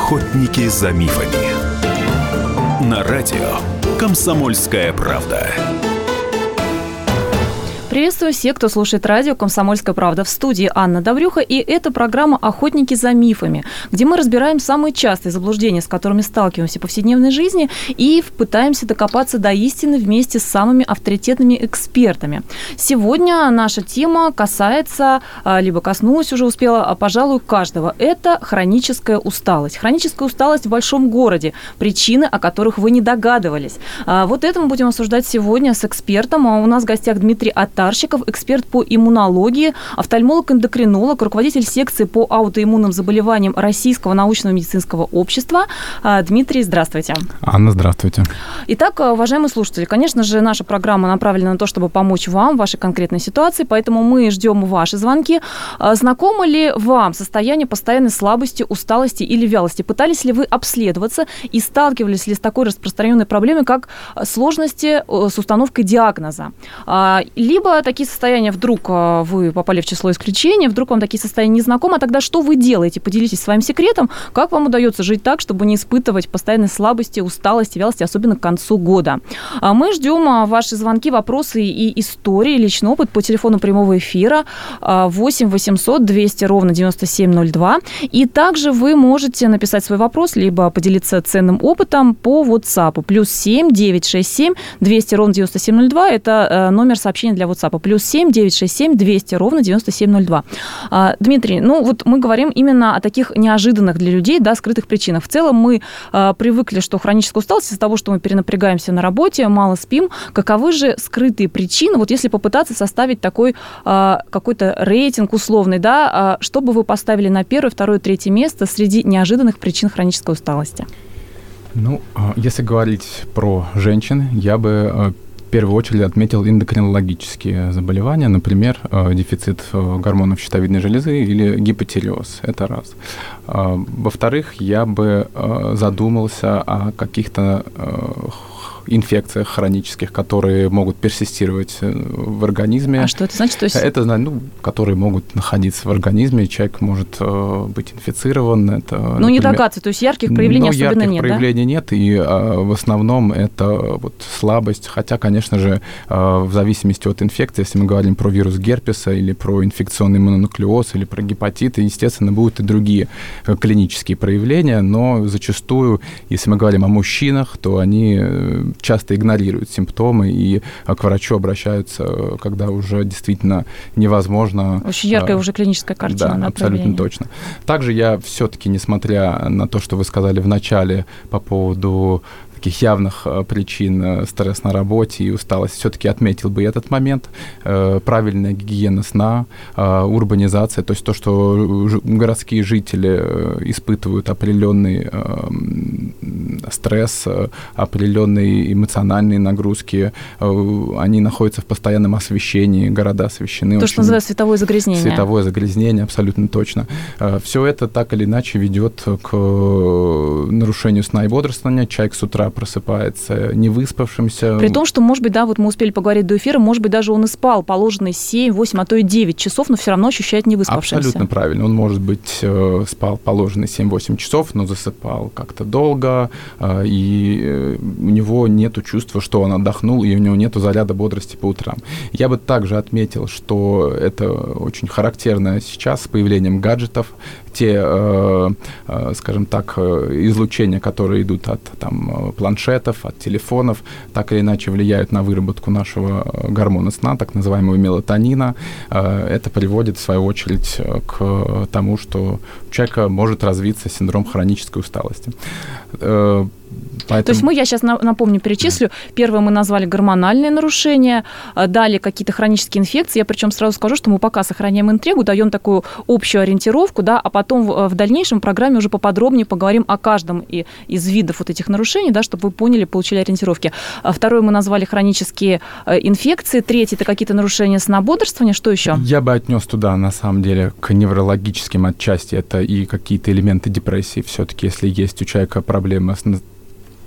Охотники за мифами. На радио «Комсомольская правда». Приветствую всех, кто слушает радио «Комсомольская правда». В студии Анна Добрюха, и это программа «Охотники за мифами», где мы разбираем самые частые заблуждения, с которыми сталкиваемся в повседневной жизни, и пытаемся докопаться до истины вместе с самыми авторитетными экспертами. Сегодня наша тема касается, либо коснулась уже успела, пожалуй, каждого. Это хроническая усталость. Хроническая усталость в большом городе. Причины, о которых вы не догадывались. Вот это мы будем обсуждать сегодня с экспертом. У нас в гостях Дмитрий Атарщиков, эксперт по иммунологии, офтальмолог-эндокринолог, руководитель секции по аутоиммунным заболеваниям Российского научного медицинского общества. Дмитрий, здравствуйте. Анна, здравствуйте. Итак, уважаемые слушатели, конечно же, наша программа направлена на то, чтобы помочь вам в вашей конкретной ситуации, поэтому мы ждем ваши звонки. Знакомо ли вам состояние постоянной слабости, усталости или вялости? Пытались ли вы обследоваться и сталкивались ли с такой распространенной проблемой, как сложности с установкой диагноза? Либо такие состояния вдруг вы попали в число исключений, вдруг вам такие состояния не знакомы, а тогда что вы делаете? Поделитесь своим секретом, как вам удается жить так, чтобы не испытывать постоянной слабости, усталости, вялости, особенно к концу года. Мы ждем ваши звонки, вопросы и истории, личный опыт по телефону прямого эфира 8 800 200 ровно 9702. И также вы можете написать свой вопрос, либо поделиться ценным опытом по WhatsApp. +7 967 200 ровно 9702. Это номер сообщения для WhatsApp. +7 967 200 ровно 9702. Дмитрий, вот мы говорим именно о таких неожиданных для людей, скрытых причинах. В целом мы привыкли, что хроническая усталость из-за того, что мы перенапрягаемся на работе, мало спим. Каковы же скрытые причины? Вот если попытаться составить такой какой-то рейтинг условный, что бы вы поставили на первое, второе, третье место среди неожиданных причин хронической усталости? Если говорить про женщин, я бы в первую очередь отметил эндокринологические заболевания, например, дефицит гормонов щитовидной железы или гипотиреоз. Это раз. Во-вторых, я бы задумался о каких-то инфекциях хронических, которые могут персистировать в организме. А что это значит? Это, которые могут находиться в организме, человек может быть инфицирован. Это, не догадаться, то есть ярких проявлений особенно нет, ярких проявлений нет, и в основном это слабость, хотя, конечно же, в зависимости от инфекции, если мы говорим про вирус герпеса или про инфекционный мононуклеоз или про гепатиты, естественно, будут и другие клинические проявления, но зачастую, если мы говорим о мужчинах, то они часто игнорируют симптомы и к врачу обращаются, когда уже действительно невозможно. Очень яркая уже клиническая картина. Да, абсолютно точно. Также я все-таки, несмотря на то, что вы сказали в начале по поводу таких явных причин стресс на работе и усталость, все-таки отметил бы этот момент. Правильная гигиена сна, урбанизация, то есть то, что городские жители испытывают определенный стресс, определенные эмоциональные нагрузки, они находятся в постоянном освещении, города освещены. То, что называется световое загрязнение. Световое загрязнение, абсолютно точно. Все это так или иначе ведет к нарушению сна и бодрствования. Человек с утра просыпается невыспавшимся. При том, что, может быть, мы успели поговорить до эфира, может быть, даже он и спал положенные 7, 8, а то и 9 часов, но все равно ощущает невыспавшимся. Абсолютно правильно. Он, может быть, спал положенные 7-8 часов, но засыпал как-то долго, и у него нет чувства, что он отдохнул, и у него нет заряда бодрости по утрам. Я бы также отметил, что это очень характерно сейчас с появлением гаджетов. Те, скажем так, излучения, которые идут от планшетов, от телефонов, так или иначе влияют на выработку нашего гормона сна, так называемого мелатонина. Это приводит, в свою очередь, к тому, что у человека может развиться синдром хронической усталости. Поэтому... То есть я сейчас напомню, перечислю. Первое мы назвали гормональные нарушения, далее какие-то хронические инфекции. Я причем сразу скажу, что мы пока сохраняем интригу, даем такую общую ориентировку, а потом в дальнейшем программе уже поподробнее поговорим о каждом из видов этих нарушений, чтобы вы поняли, получили ориентировки. Второе мы назвали хронические инфекции. Третье – это какие-то нарушения сна, бодрствования. Что еще? Я бы отнес туда, на самом деле, к неврологическим отчасти. Это и какие-то элементы депрессии все-таки, если есть у человека проблемы с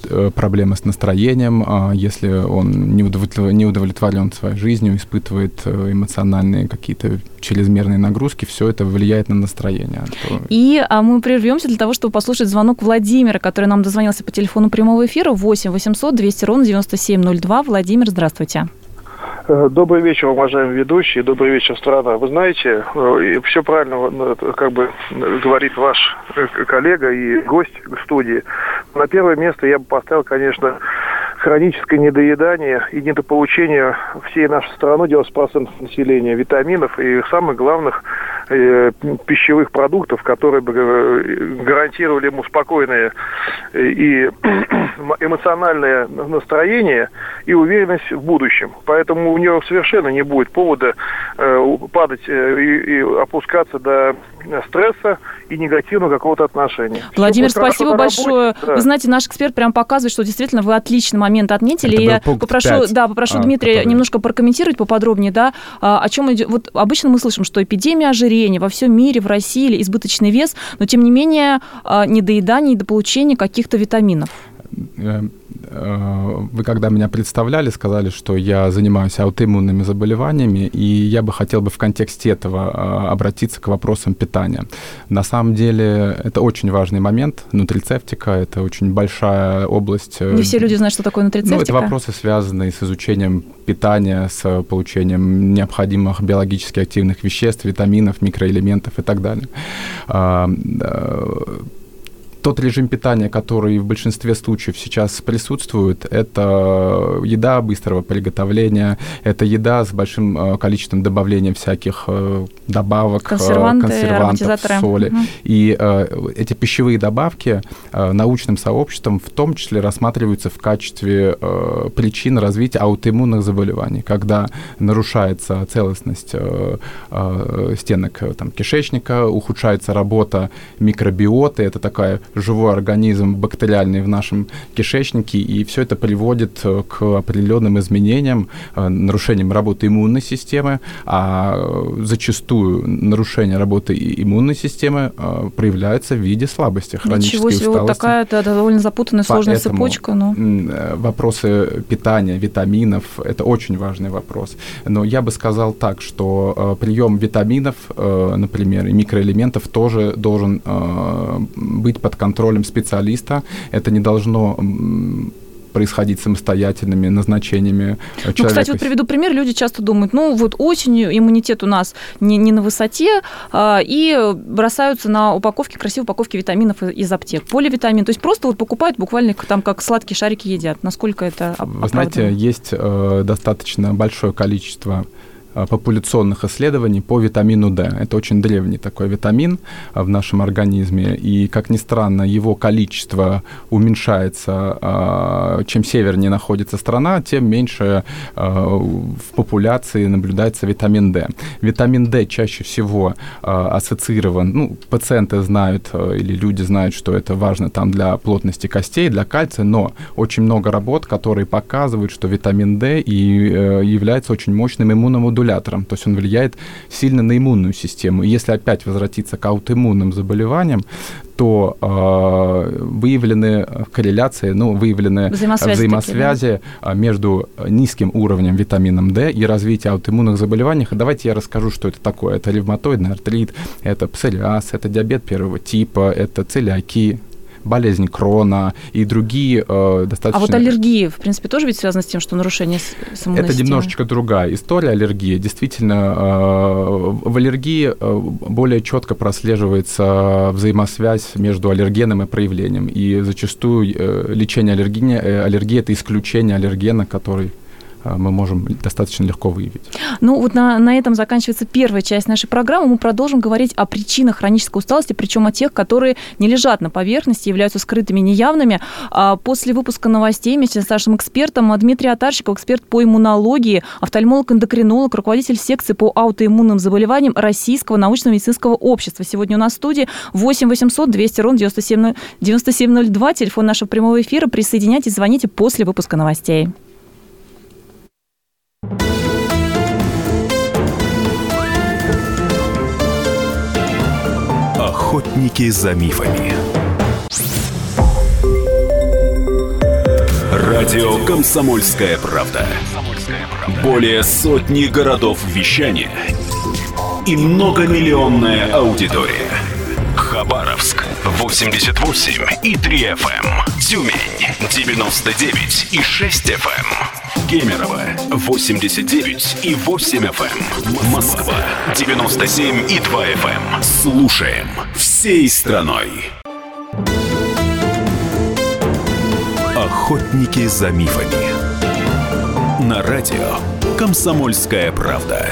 проблемы с настроением, если он не удовлетворен своей жизнью, испытывает эмоциональные какие-то чрезмерные нагрузки, все это влияет на настроение. И мы прервемся для того, чтобы послушать звонок Владимира, который нам дозвонился по телефону прямого эфира 8 800 200 ровно 9702. Владимир, здравствуйте. Добрый вечер, уважаемые ведущие, добрый вечер, страна. Вы знаете, все правильно как бы говорит ваш коллега и гость в студии. На первое место я бы поставил, конечно, хроническое недоедание и недополучение всей нашей страны, 90% населения, витаминов и самых главных пищевых продуктов, которые бы гарантировали ему спокойное и эмоциональное настроение и уверенность в будущем. Поэтому у него совершенно не будет повода падать и опускаться до стресса и негативного какого-то отношения. Владимир, спасибо большое. Да. Вы знаете, наш эксперт прям показывает, что действительно вы отличный момент отметили. И я попрошу Дмитрия немножко прокомментировать поподробнее, да, о чем идет. Вот обычно мы слышим, что эпидемия ожирения во всем мире, в России, или избыточный вес, но тем не менее недоедание и недополучение каких-то витаминов. Вы, когда меня представляли, сказали, что я занимаюсь аутоиммунными заболеваниями, и я бы хотел в контексте этого обратиться к вопросам питания. На самом деле, это очень важный момент. Нутрицептика — это очень большая область. Не все люди знают, что такое нутрицептика. Это вопросы, связанные с изучением питания, с получением необходимых биологически активных веществ, витаминов, микроэлементов и так далее. Тот режим питания, который в большинстве случаев сейчас присутствует, это еда быстрого приготовления, это еда с большим количеством добавления всяких добавок, консервантов, соли. Угу. И эти пищевые добавки научным сообществом в том числе рассматриваются в качестве причин развития аутоиммунных заболеваний, когда нарушается целостность стенок кишечника, ухудшается работа микробиоты, это такая живой организм бактериальный в нашем кишечнике, и все это приводит к определенным изменениям, нарушениям работы иммунной системы, а зачастую нарушение работы иммунной системы проявляется в виде слабости, хронической усталости. Ничего себе, вот такая-то довольно запутанная, сложная цепочка. Вопросы питания, витаминов — это очень важный вопрос. Но я бы сказал так, что прием витаминов, например, и микроэлементов тоже должен быть под контролем специалиста. Это не должно происходить самостоятельными назначениями человека. Кстати, вот приведу пример. Люди часто думают, осенью иммунитет у нас не на высоте, и бросаются на упаковки, красивые упаковки витаминов из аптек. Поливитамин. То есть просто покупают буквально как сладкие шарики едят. Насколько это оправдано? Вы знаете, есть достаточно большое количество популяционных исследований по витамину D. Это очень древний такой витамин в нашем организме, и, как ни странно, его количество уменьшается. Чем севернее находится страна, тем меньше в популяции наблюдается витамин D. Витамин D чаще всего ассоциирован, пациенты знают или люди знают, что это важно для плотности костей, для кальция, но очень много работ, которые показывают, что витамин D является очень мощным иммуномодулятором. То есть он влияет сильно на иммунную систему. И если опять возвратиться к аутоиммунным заболеваниям, то выявлены корреляции, выявлены взаимосвязи между низким уровнем витамина D и развитием аутоиммунных заболеваний. Давайте я расскажу, что это такое. Это ревматоидный артрит, это псориаз, это диабет первого типа, это целиакия, болезнь Крона и другие достаточно... А вот аллергии, в принципе, тоже ведь связаны с тем, что нарушение иммунной Это системы? Немножечко другая история аллергии. Действительно, в аллергии более четко прослеживается взаимосвязь между аллергеном и проявлением. И зачастую лечение аллергии – это исключение аллергена, который мы можем достаточно легко выявить. На этом заканчивается первая часть нашей программы. Мы продолжим говорить о причинах хронической усталости, причем о тех, которые не лежат на поверхности, являются скрытыми, неявными. После выпуска новостей вместе с нашим экспертом Дмитрий Отарщиков, эксперт по иммунологии, офтальмолог-эндокринолог, руководитель секции по аутоиммунным заболеваниям Российского научно-медицинского общества. Сегодня у нас в студии 8 800 200 ровно 9702, телефон нашего прямого эфира. Присоединяйтесь, звоните после выпуска новостей. Охотники за мифами. Радио «Комсомольская правда». Более сотни городов вещания и многомиллионная аудитория. Хабаровск 88,3 FM, Тюмень 99,6 FM, Кемерово 89,8 FM, Москва 97,2 FM. Слушаем всей страной. Охотники за мифами. На радио «Комсомольская правда».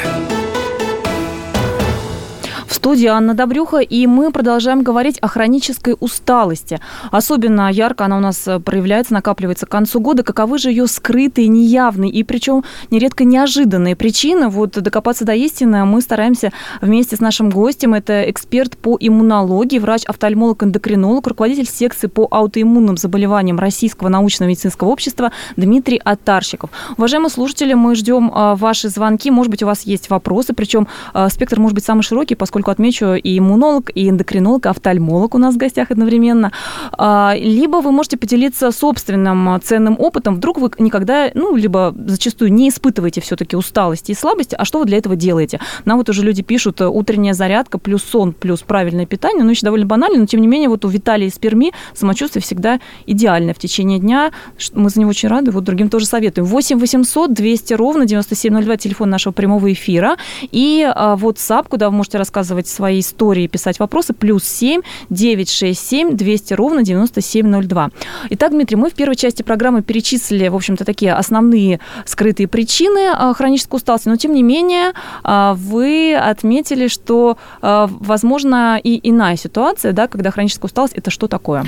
В студии Анна Добрюха, и мы продолжаем говорить о хронической усталости. Особенно ярко она у нас проявляется, накапливается к концу года. Каковы же ее скрытые, неявные и причем нередко неожиданные причины? Вот докопаться до истины мы стараемся вместе с нашим гостем. Это эксперт по иммунологии, врач-офтальмолог-эндокринолог, руководитель секции по аутоиммунным заболеваниям Российского научного медицинского общества Дмитрий Отарщиков. Уважаемые слушатели, мы ждем ваши звонки. Может быть, у вас есть вопросы, причем спектр может быть самый широкий, поскольку отмечу, и иммунолог, и эндокринолог, и офтальмолог у нас в гостях одновременно. Либо вы можете поделиться собственным ценным опытом. Вдруг вы никогда, либо зачастую не испытываете все-таки усталости и слабости, а что вы для этого делаете? Нам вот уже люди пишут: утренняя зарядка, плюс сон, плюс правильное питание. Еще довольно банально, но тем не менее, вот у Виталия из Перми самочувствие всегда идеальное в течение дня. Мы за него очень рады, вот другим тоже советуем. 8 800 200 ровно 9702, телефон нашего прямого эфира. И WhatsApp, куда вы можете рассказывать свои истории, писать вопросы, +7 967 200 ровно 9702. Итак, Дмитрий, мы в первой части программы перечислили, в общем-то, такие основные скрытые причины хронической усталости, но, тем не менее, вы отметили, что возможно и иная ситуация, да, когда хроническая усталость – это что такое?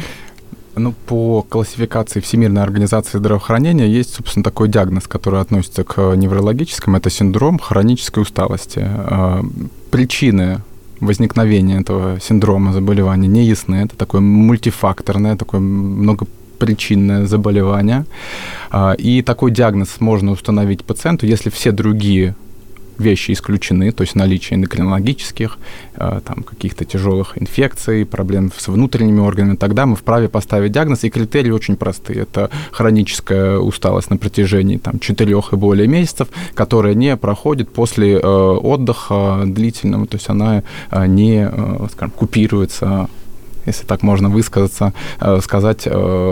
По классификации Всемирной организации здравоохранения есть, собственно, такой диагноз, который относится к неврологическому. Это синдром хронической усталости. Причины возникновения этого синдрома заболевания не ясны. Это такое мультифакторное, такое многопричинное заболевание. И такой диагноз можно установить пациенту, если все другие вещи исключены, то есть наличие эндокринологических, каких-то тяжелых инфекций, проблем с внутренними органами, тогда мы вправе поставить диагноз, и критерии очень простые. Это хроническая усталость на протяжении 4 и более месяцев, которая не проходит после отдыха длительного, то есть она не, купируется, если так можно сказать,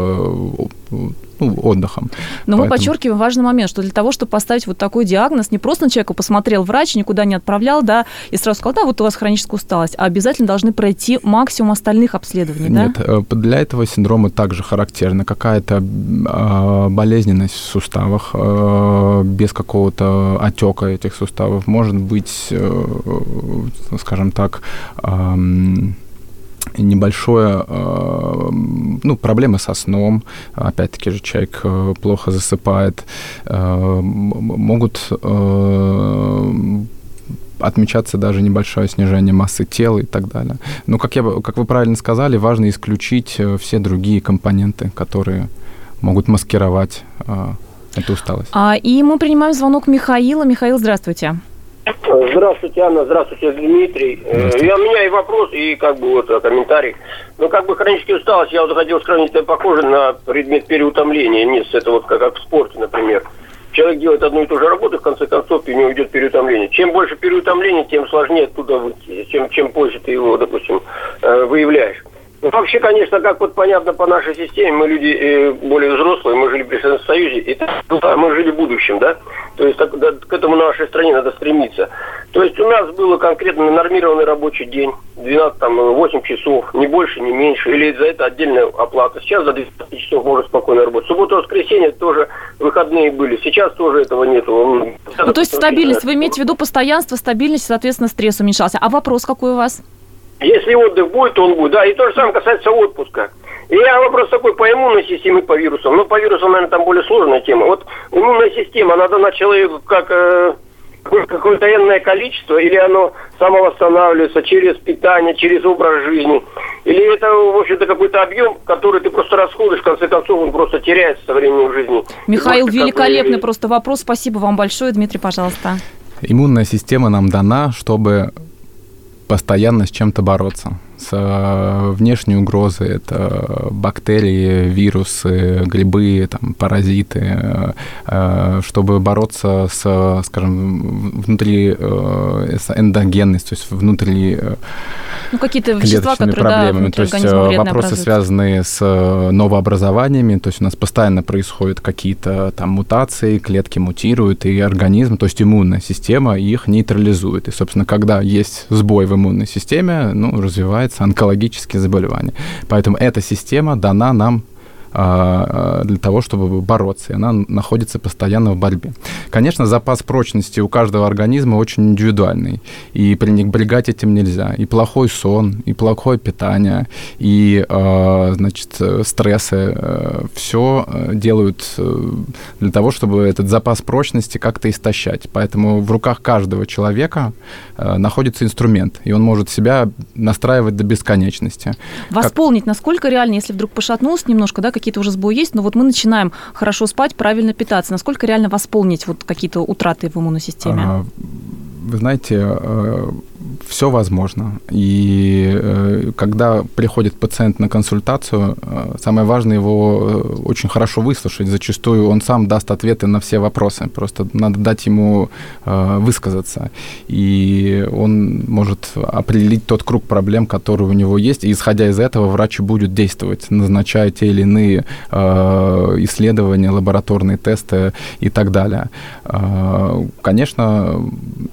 отдыхом. Но мы подчеркиваем важный момент, что для того, чтобы поставить вот такой диагноз, не просто на человека посмотрел врач, никуда не отправлял, да, и сразу сказал: да, вот у вас хроническая усталость, а обязательно должны пройти максимум остальных обследований, Нет, да? Для этого синдрома также характерна какая-то болезненность в суставах, без какого-то отека этих суставов. Может быть, скажем так, небольшое, проблемы со сном, опять-таки же человек плохо засыпает, могут отмечаться даже небольшое снижение массы тела и так далее. Но, как вы правильно сказали, важно исключить все другие компоненты, которые могут маскировать эту усталость. И мы принимаем звонок Михаила. Михаил, здравствуйте. Здравствуйте, Анна, здравствуйте, Дмитрий. У меня и вопрос, и комментарий. Хроническая усталость, я хотел сравнить, это похоже на предмет переутомления. Это как в спорте, например. Человек делает одну и ту же работу, в конце концов, у него идет переутомление. Чем больше переутомления, тем сложнее оттуда выйти. Чем позже ты его, допустим, выявляешь. Вообще, конечно, понятно по нашей системе, мы люди более взрослые, мы жили при Советском Союзе, и мы жили в будущем, да? То есть к этому нашей стране надо стремиться. То есть у нас был конкретно нормированный рабочий день, 8 часов, не больше, не меньше, или за это отдельная оплата. Сейчас за 12 часов можно спокойно работать. Суббота, воскресенье тоже выходные были, сейчас тоже этого нету. То есть стабильность, вы имеете в виду постоянство, стабильность, соответственно, стресс уменьшался. А вопрос какой у вас? Если отдых будет, то он будет. Да, и то же самое касается отпуска. И вопрос такой по иммунной системе, по вирусам. По вирусам, наверное, там более сложная тема. Вот иммунная система, она дана человеку как какое-то энное количество, или оно самовосстанавливается через питание, через образ жизни. Или это, в общем-то, какой-то объем, который ты просто расходуешь, в конце концов, он просто теряется со временем жизни. Михаил, великолепный просто вопрос. Спасибо вам большое. Дмитрий, пожалуйста. Иммунная система нам дана, чтобы постоянно с чем-то бороться. Внешние угрозы – это бактерии, вирусы, грибы, там, паразиты. Чтобы бороться с, скажем, внутри с эндогенностью, то есть внутри какие-то вещества, которые проблемами. Да, то есть вопросы, связанные с новообразованиями, то есть у нас постоянно происходят какие-то там мутации, клетки мутируют, и организм, то есть иммунная система их нейтрализует. И, собственно, когда есть сбой в иммунной системе, развивается онкологические заболевания. Поэтому эта система дана нам для того, чтобы бороться, и она находится постоянно в борьбе. Конечно, запас прочности у каждого организма очень индивидуальный, и пренебрегать этим нельзя. И плохой сон, и плохое питание, и, стрессы, все делают для того, чтобы этот запас прочности как-то истощать. Поэтому в руках каждого человека находится инструмент, и он может себя настраивать до бесконечности. Восполнить насколько реально, если вдруг пошатнулся немножко, да, какие-то уже сбои есть, но вот мы начинаем хорошо спать, правильно питаться. Насколько реально восполнить вот какие-то утраты в иммунной системе? Вы знаете, все возможно. И когда приходит пациент на консультацию, самое важное его очень хорошо выслушать. Зачастую он сам даст ответы на все вопросы. Просто надо дать ему высказаться. И он может определить тот круг проблем, которые у него есть. И, исходя из этого, врач будет действовать, назначая те или иные исследования, лабораторные тесты и так далее. Конечно,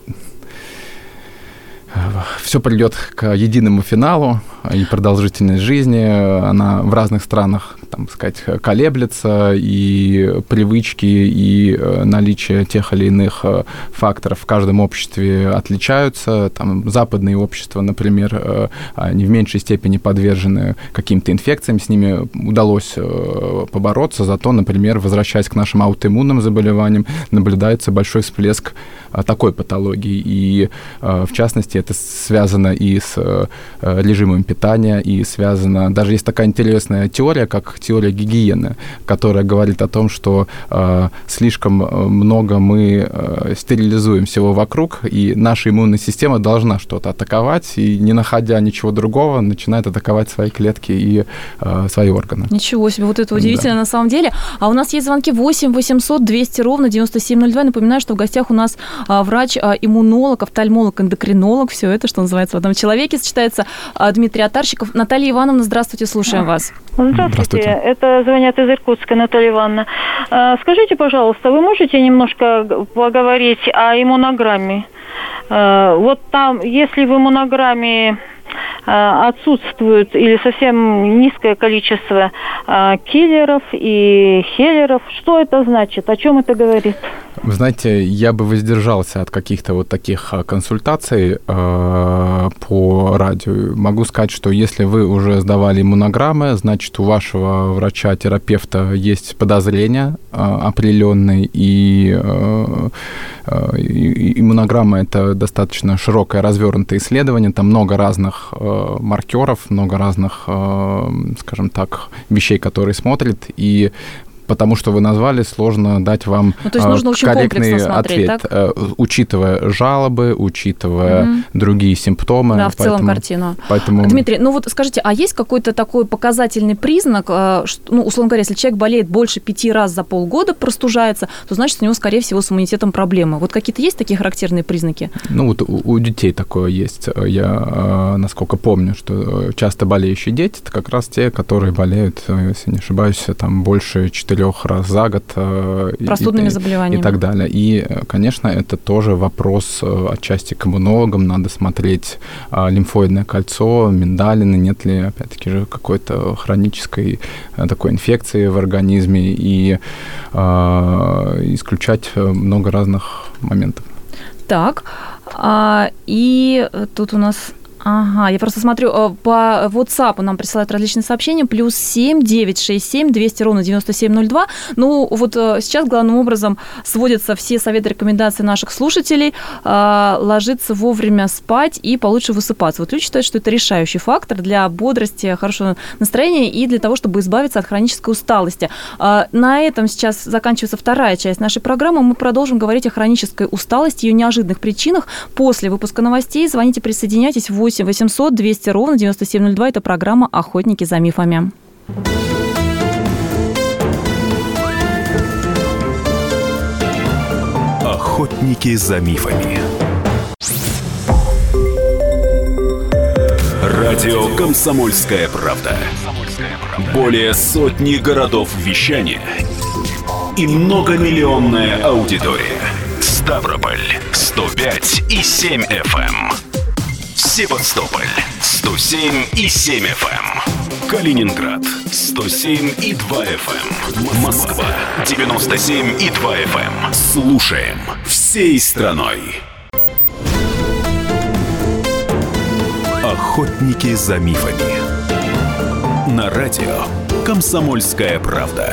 все придет к единому финалу, и продолжительность жизни, она в разных странах, так сказать, колеблется, и привычки, и наличие тех или иных факторов в каждом обществе отличаются. Там, западные общества, например, они в меньшей степени подвержены каким-то инфекциям, с ними удалось побороться, зато, например, возвращаясь к нашим аутоиммунным заболеваниям, наблюдается большой всплеск такой патологии, и, в частности, это связано и с режимом питания, и связано... Даже есть такая интересная теория, как теория гигиены, которая говорит о том, что слишком много мы стерилизуем всего вокруг, и наша иммунная система должна что-то атаковать, и, не находя ничего другого, начинает атаковать свои клетки и свои органы. Ничего себе, вот это удивительно, да, на самом деле. А у нас есть звонки 8 800 200 ровно 9702. Напоминаю, что в гостях у нас врач-иммунолог, офтальмолог, эндокринолог. Все это, что называется, в одном человеке сочетается. Дмитрий Атарщиков. Наталья Ивановна, здравствуйте, слушаем вас. Здравствуйте. Это звонят из Иркутска, Наталья Ивановна. Скажите, пожалуйста, вы можете немножко поговорить о иммунограмме? Вот там, если в иммунограмме отсутствует или совсем низкое количество киллеров и хеллеров, что это значит? О чем это говорит? Вы знаете, я бы воздержался от каких-то вот таких консультаций по радио. Могу сказать, что если вы уже сдавали иммунограммы, значит, у вашего врача-терапевта есть подозрения определенные, и иммунограмма – это достаточно широкое, развернутое исследование, там много разных маркеров, много разных, скажем так, вещей, которые смотрят, и потому что вы назвали, сложно дать вам корректный ответ, учитывая жалобы, учитывая другие симптомы. Да, в целом картину. Дмитрий, ну вот скажите, а есть какой-то такой показательный признак, что, ну, условно говоря, если человек болеет больше 5 раз за полгода, простужается, то значит, у него, скорее всего, с иммунитетом проблемы. Вот какие-то есть такие характерные признаки? Ну вот у детей такое есть. Я, насколько помню, что часто болеющие дети – это как раз те, которые болеют, если не ошибаюсь, там больше 4 раз за год. Простудными заболеваниями. И так далее. И, конечно, это тоже вопрос отчасти к иммунологам. Надо смотреть лимфоидное кольцо, миндалины, нет ли, опять-таки, же какой-то хронической такой инфекции в организме, и исключать много разных моментов. Так, и тут у нас... Ага, я просто смотрю, по WhatsApp нам присылают различные сообщения, +7 967 200 ровно 9702. Ну, вот сейчас главным образом сводятся все советы, рекомендации наших слушателей, ложиться вовремя спать и получше высыпаться. Вот люди считают, что это решающий фактор для бодрости, хорошего настроения и для того, чтобы избавиться от хронической усталости. На этом сейчас заканчивается вторая часть нашей программы. Мы продолжим говорить о хронической усталости, ее неожиданных причинах после выпуска новостей. Звоните, присоединяйтесь 8 8 800 200 ровно 9702. Это программа «Охотники за мифами». Охотники за мифами. Радио «Комсомольская правда». Более сотни городов вещания и многомиллионная аудитория. Ставрополь 105 и 7 FM. Севастополь 107 и 7 FM. Калининград 107 и 2 FM. Москва 97 и 2 FM. Слушаем всей страной. Охотники за мифами. На радио «Комсомольская правда».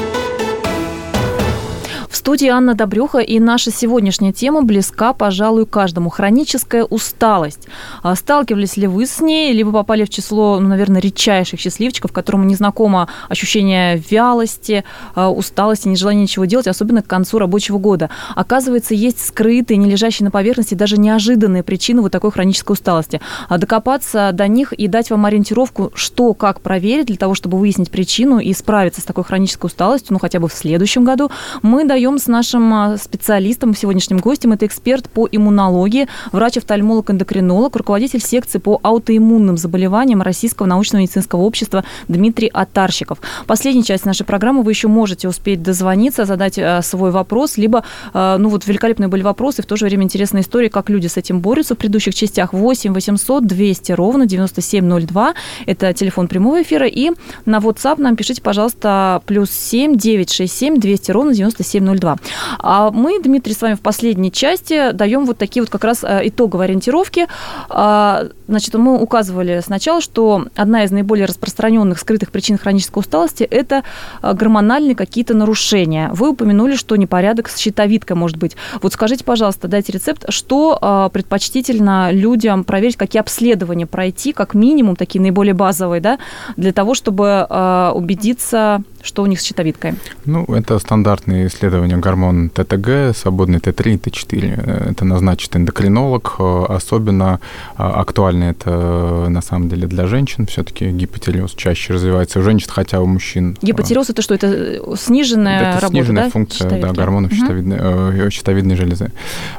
В студии Анна Добрюха, и наша сегодняшняя тема близка, пожалуй, каждому. Хроническая усталость. Сталкивались ли вы с ней, либо попали в число, наверное, редчайших счастливчиков, которым не знакомо ощущение вялости, усталости, нежелания ничего делать, особенно к концу рабочего года? Оказывается, есть скрытые, не лежащие на поверхности, даже неожиданные причины вот такой хронической усталости. Докопаться до них и дать вам ориентировку, что, как проверить, для того, чтобы выяснить причину и справиться с такой хронической усталостью, ну, хотя бы в следующем году, мы даем с нашим специалистом, сегодняшним гостем. Это эксперт по иммунологии, врач-офтальмолог-эндокринолог, руководитель секции по аутоиммунным заболеваниям Российского научного медицинского общества Дмитрий Отарщиков. Последняя часть нашей программы вы еще можете успеть дозвониться, задать свой вопрос, либо, ну вот великолепные были вопросы, в то же время интересная история, как люди с этим борются в предыдущих частях. 8 800 200 ровно 9702. Это телефон прямого эфира. И на WhatsApp нам пишите, пожалуйста, +7 967 200 ровно 9702. А мы, Дмитрий, с вами в последней части даем вот такие вот как раз итоговые ориентировки. Значит, мы указывали сначала, что одна из наиболее распространенных скрытых причин хронической усталости – это гормональные какие-то нарушения. Вы упомянули, что непорядок с щитовидкой может быть. Вот скажите, пожалуйста, дайте рецепт, что предпочтительно людям проверить, какие обследования пройти, как минимум, такие наиболее базовые, да, для того, чтобы убедиться, что у них с щитовидкой? Ну, это стандартные исследования гормон ТТГ, свободный Т3 и Т4. Это назначит эндокринолог. Особенно актуально это, на самом деле, для женщин. Все-таки гипотиреоз чаще развивается у женщин, хотя у мужчин... Гипотиреоз – это что? Это сниженная работа, сниженная, да, функция, да, гормонов щитовидной железы.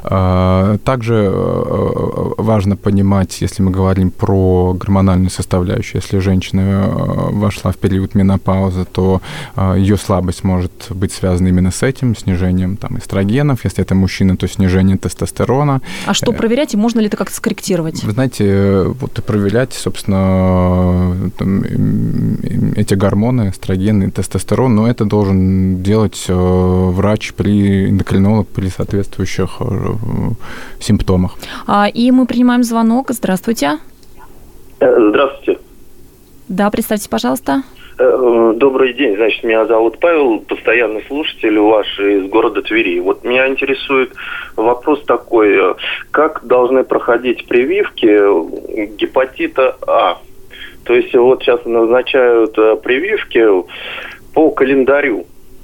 Также важно понимать, если мы говорим про гормональную составляющую, если женщина вошла в период менопаузы, то ее слабость может быть связана именно с этим, снижением там эстрогенов. Если это мужчина, то снижение тестостерона. А что проверять, и можно ли это как-то скорректировать? Вы знаете, вот и проверять, собственно, там, эти гормоны, эстрогены и тестостерон, но это должен делать врач эндокринолог при соответствующих симптомах. И мы принимаем звонок. Здравствуйте. Здравствуйте. Да, представьтесь, пожалуйста. Добрый день. Значит, меня зовут Павел, постоянный слушатель ваш из города Твери. Вот меня интересует вопрос такой. Как должны проходить прививки гепатита А? То есть вот сейчас назначают прививки по календарю.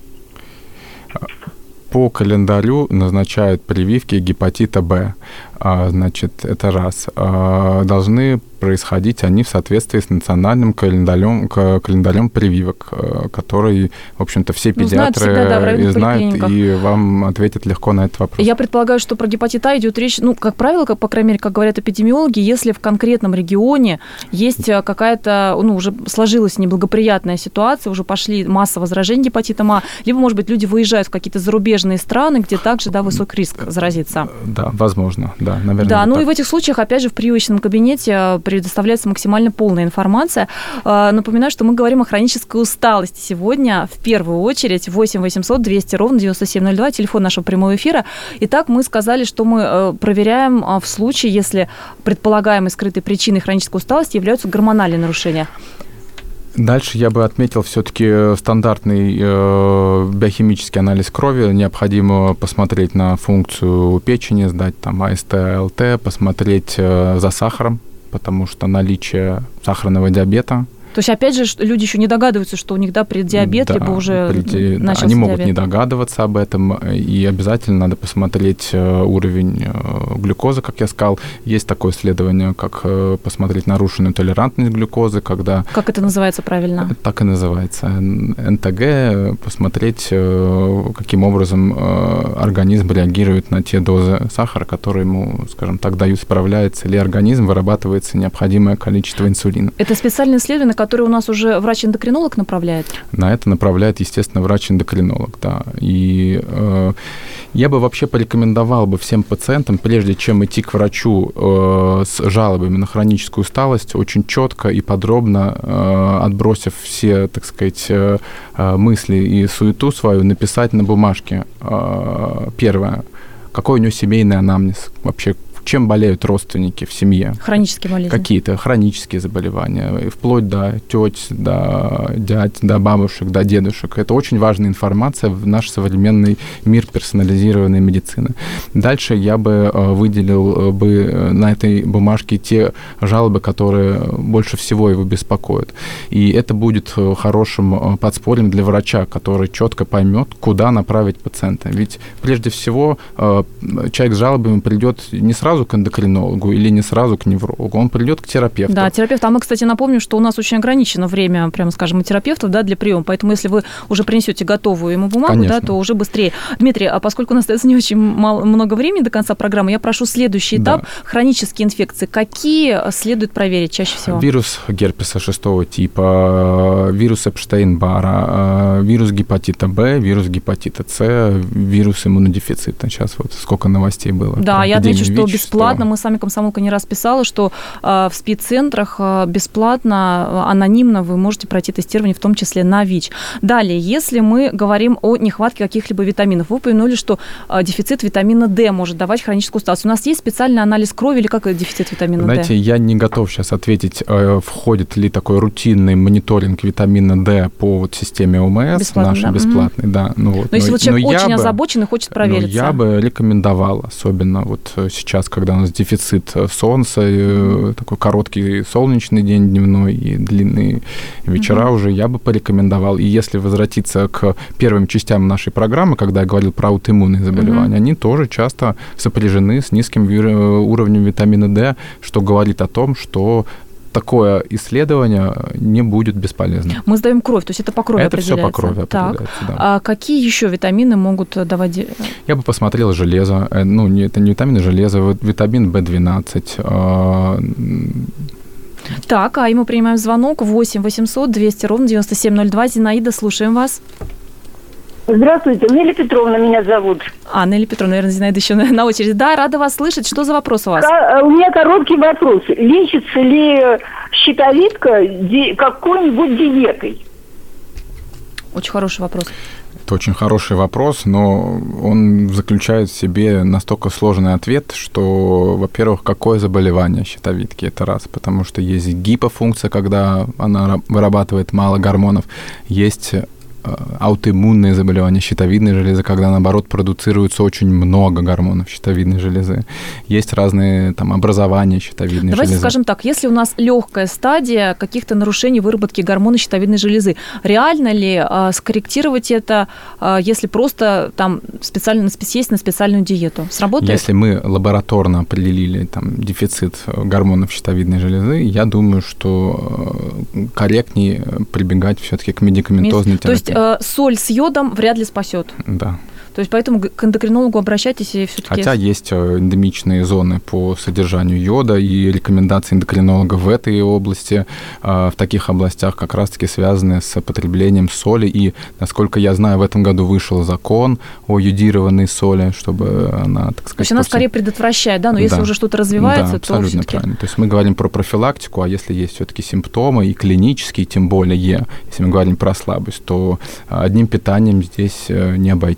По календарю назначают прививки гепатита Б. Значит, это раз. Должны происходить они в соответствии с национальным календарем прививок, который, в общем-то, все педиатры знают и вам ответят легко на этот вопрос. Я предполагаю, что про гепатит А идет речь, как правило, по крайней мере, как говорят эпидемиологи, если в конкретном регионе есть какая-то, уже сложилась неблагоприятная ситуация, уже пошли масса возражений гепатитом А, либо, может быть, люди выезжают в какие-то зарубежные страны, где также, высок риск заразиться. Да, возможно, да, наверное. Да, и в этих случаях, опять же, в прививочном кабинете предоставляется максимально полная информация. Напоминаю, что мы говорим о хронической усталости сегодня в первую очередь. 8 800 200 ровно 9702, телефон нашего прямого эфира. Итак, мы сказали, что мы проверяем в случае, если предполагаемой скрытой причиной хронической усталости являются гормональные нарушения. Дальше я бы отметил все-таки стандартный биохимический анализ крови. Необходимо посмотреть на функцию печени, сдать там АСТ, АЛТ, посмотреть за сахаром, потому что наличие сахарного диабета То есть, опять же, люди еще не догадываются, что у них, преддиабет, либо уже начался они могут диабет. не догадываться об этом, и обязательно надо посмотреть уровень глюкозы, как я сказал. Есть такое исследование, как посмотреть нарушенную толерантность глюкозы, когда... Как это называется правильно? Так и называется. НТГ, посмотреть, каким образом организм реагирует на те дозы сахара, которые ему, скажем так, дают, справляется ли организм, вырабатывается необходимое количество инсулина. Это специальное исследование, которое у нас уже врач-эндокринолог направляет? На это направляет, естественно, врач-эндокринолог, да. И я бы вообще порекомендовал бы всем пациентам, прежде чем идти к врачу с жалобами на хроническую усталость, очень четко и подробно, отбросив все, так сказать, мысли и суету свою, написать на бумажке первое, какой у него семейный анамнез, вообще чем болеют родственники в семье. Хронические болезни. Какие-то хронические заболевания, вплоть до тёть, до дядь, до бабушек, до дедушек. Это очень важная информация в наш современный мир персонализированной медицины. Дальше я бы выделил бы на этой бумажке те жалобы, которые больше всего его беспокоят. И это будет хорошим подспорьем для врача, который четко поймет, куда направить пациента. Ведь прежде всего человек с жалобами придет не сразу к эндокринологу или не сразу к неврологу, он придет к терапевту. Да, терапевт. А мы, кстати, напомним, что у нас очень ограничено время, прямо скажем, у терапевтов, для приема. Поэтому если вы уже принесете готовую ему бумагу, то уже быстрее. Дмитрий, а поскольку у нас остается не очень много времени до конца программы, я прошу следующий этап. Хронические инфекции. Какие следует проверить чаще всего? Вирус герпеса 6 типа, вирус Эпштейн-Барра, вирус гепатита Б, вирус гепатита С, вирус иммунодефицита. Сейчас вот сколько новостей было. Да, я отмечу, что бесплатно, мы сами «Комсомолка» не раз писала, что в СПИД-центрах бесплатно, анонимно вы можете пройти тестирование, в том числе на ВИЧ. Далее, если мы говорим о нехватке каких-либо витаминов, вы упомянули, что дефицит витамина D может давать хроническую усталость. У нас есть специальный анализ крови или как дефицит витамина D? Знаете, я не готов сейчас ответить, входит ли такой рутинный мониторинг витамина D по системе ОМС нашей бесплатной. Да. Но если человек очень озабочен и хочет провериться. Я бы рекомендовал, особенно вот сейчас, когда у нас дефицит солнца, такой короткий солнечный день дневной и длинные вечера уже, я бы порекомендовал. И если возвратиться к первым частям нашей программы, когда я говорил про аутоиммунные заболевания, они тоже часто сопряжены с низким уровнем витамина D, что говорит о том, что такое исследование не будет бесполезно. Мы сдаем кровь, то есть это по крови определяется? Это все по крови определяется, да. А какие еще витамины могут давать? Я бы посмотрел железо. Это не витамины, железо, витамин В12. Так, а мы принимаем звонок 8 800 200 ровно 9702. Зинаида, слушаем вас. Здравствуйте, Нелли Петровна меня зовут. Нелли Петровна, наверное, Зинаида еще на очереди. Да, рада вас слышать. Что за вопрос у вас? У меня короткий вопрос. Лечится ли щитовидка какой-нибудь диетой? Очень хороший вопрос. Это очень хороший вопрос, но он заключает в себе настолько сложный ответ, что, во-первых, какое заболевание щитовидки, это раз, потому что есть гипофункция, когда она вырабатывает мало гормонов, есть аутоиммунные заболевания щитовидной железы, когда, наоборот, продуцируется очень много гормонов щитовидной железы. Есть разные образования щитовидной железы. Давайте скажем так, если у нас легкая стадия каких-то нарушений выработки гормона щитовидной железы, реально ли скорректировать это, если просто специально сесть на специальную диету? Сработает? Если мы лабораторно определили дефицит гормонов щитовидной железы, я думаю, что корректнее прибегать все-таки к медикаментозной терапии. То есть соль с йодом вряд ли спасет. Да. То есть поэтому к эндокринологу обращайтесь и все-таки... Хотя есть эндемичные зоны по содержанию йода, и рекомендации эндокринолога в этой области, в таких областях как раз-таки связаны с потреблением соли. И, насколько я знаю, в этом году вышел закон о йодированной соли, чтобы она, так сказать... То есть она скорее предотвращает, да? Но если уже что-то развивается, да, абсолютно то всё-таки... правильно. То есть мы говорим про профилактику, а если есть все-таки симптомы, и клинические, тем более, если мы говорим про слабость, то одним питанием здесь не обойтись.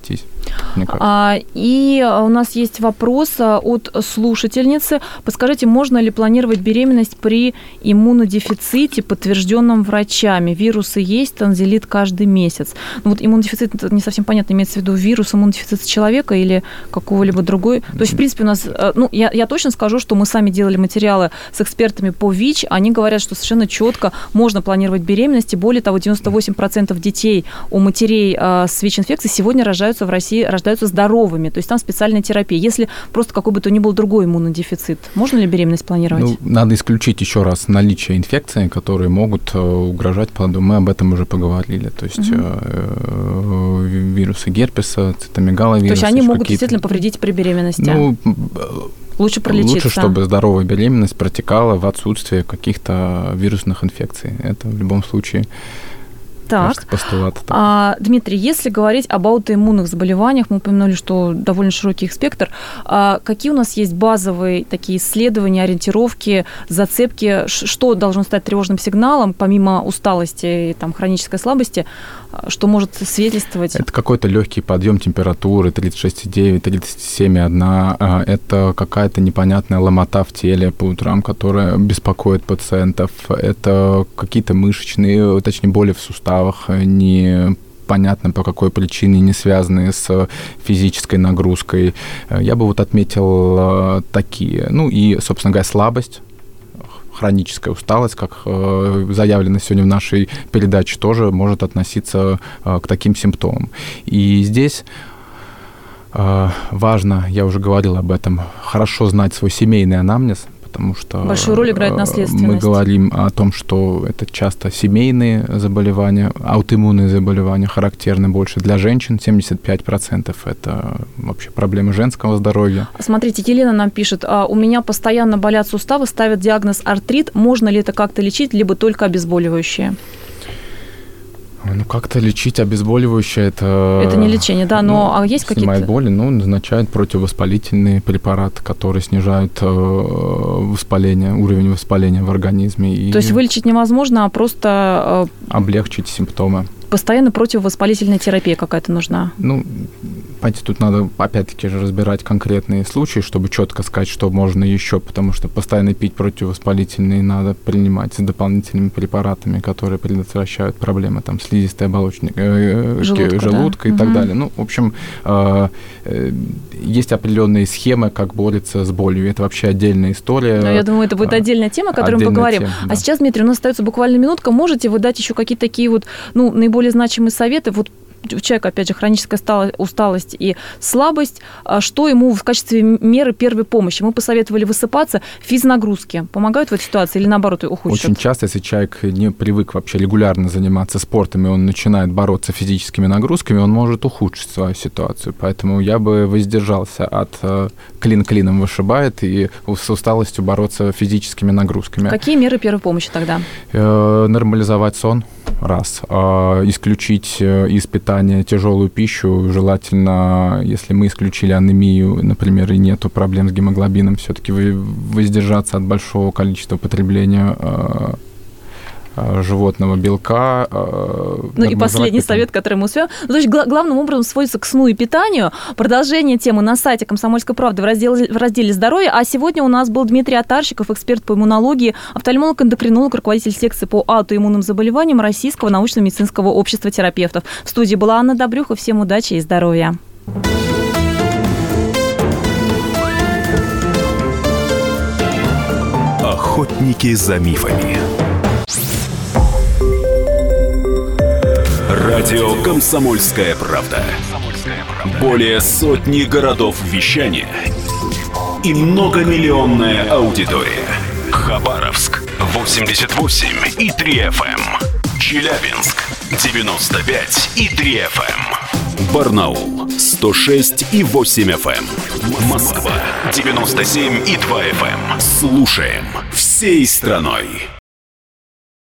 И у нас есть вопрос от слушательницы. Подскажите, можно ли планировать беременность при иммунодефиците, подтвержденном врачами? Вирусы есть, танзелит каждый месяц. Ну, вот иммунодефицит, это не совсем понятно, имеется в виду вирус, иммунодефицит человека или какого-либо другой? То есть, в принципе, у нас, ну, я точно скажу, что мы сами делали материалы с экспертами по ВИЧ, они говорят, что совершенно четко можно планировать беременность, и более того, 98% детей у матерей с ВИЧ-инфекцией сегодня рождаются в России, рождаются здоровыми, то есть там специальная терапия. Если просто какой бы то ни был другой иммунодефицит, можно ли беременность планировать? Ну, надо исключить еще раз наличие инфекций, которые могут угрожать плоду. Мы об этом уже поговорили. То есть вирусы герпеса, цитомегаловирусы. То есть они могут действительно повредить при беременности? Ну, лучше пролечиться. Лучше, чтобы здоровая беременность протекала в отсутствии каких-то вирусных инфекций. Это в любом случае... Так, Дмитрий, если говорить об аутоиммунных заболеваниях, мы упомянули, что довольно широкий их спектр, какие у нас есть базовые такие исследования, ориентировки, зацепки, что должно стать тревожным сигналом, помимо усталости и там, хронической слабости, что может свидетельствовать? Это какой-то легкий подъем температуры, 36,9, 37,1, это какая-то непонятная ломота в теле по утрам, которая беспокоит пациентов, это какие-то мышечные, точнее, боли в суставах, непонятно по какой причине, не связанные с физической нагрузкой. Я бы вот отметил такие. Ну и, собственно говоря, слабость, хроническая усталость, как заявлено сегодня в нашей передаче, тоже может относиться к таким симптомам. И здесь важно, я уже говорил об этом, хорошо знать свой семейный анамнез, потому что большую роль играет наследственность. Мы говорим о том, что это часто семейные заболевания, аутоиммунные заболевания характерны больше для женщин, 75% это вообще проблемы женского здоровья. Смотрите, Елена нам пишет, у меня постоянно болят суставы, ставят диагноз артрит, можно ли это как-то лечить, либо только обезболивающее? Ну, как-то лечить обезболивающее это... Это не лечение, да, но есть какие-то... Снимает боли, назначают противовоспалительные препараты, которые снижают воспаление, уровень воспаления в организме. То есть вылечить невозможно, а просто... облегчить симптомы. Постоянно противовоспалительная терапия какая-то нужна? Ну, понимаете, тут надо, опять-таки же, разбирать конкретные случаи, чтобы четко сказать, что можно еще, потому что постоянно пить противовоспалительные надо принимать с дополнительными препаратами, которые предотвращают проблемы там, слизистой оболочки, желудка и так далее. Ну, в общем, есть определенные схемы, как бороться с болью. Это вообще отдельная история. Но я думаю, это будет отдельная тема, о которой мы поговорим. Тема, да. А сейчас, Дмитрий, у нас остается буквально минутка. Можете вы дать еще какие-то такие вот, наиболее значимые советы? Вот у человека, опять же, хроническая усталость и слабость, что ему в качестве меры первой помощи? Мы посоветовали высыпаться, физнагрузки помогают в этой ситуации или, наоборот, ухудшают? Очень часто, если человек не привык вообще регулярно заниматься спортом, и он начинает бороться физическими нагрузками, он может ухудшить свою ситуацию. Поэтому я бы воздержался от клин клином вышибает и с усталостью бороться физическими нагрузками. Какие меры первой помощи тогда? Нормализовать сон. Раз. Исключить из питания тяжелую пищу. Желательно, если мы исключили анемию, например, и нету проблем с гемоглобином, все-таки воздержаться от большого количества потребления животного белка. Ну и последний совет, который мы успеем. То есть главным образом сводится к сну и питанию. Продолжение темы на сайте «Комсомольской правды» в разделе «Здоровье». А сегодня у нас был Дмитрий Отарщиков, эксперт по иммунологии, офтальмолог-эндокринолог, руководитель секции по аутоиммунным заболеваниям Российского научно-медицинского общества терапевтов. В студии была Анна Добрюха. Всем удачи и здоровья. Охотники за мифами. Радио «Комсомольская правда». Более сотни городов вещания и многомиллионная аудитория. Хабаровск 88,3 FM. Челябинск 95,3 FM. Барнаул 106,8 FM. Москва 97,2 FM. Слушаем всей страной.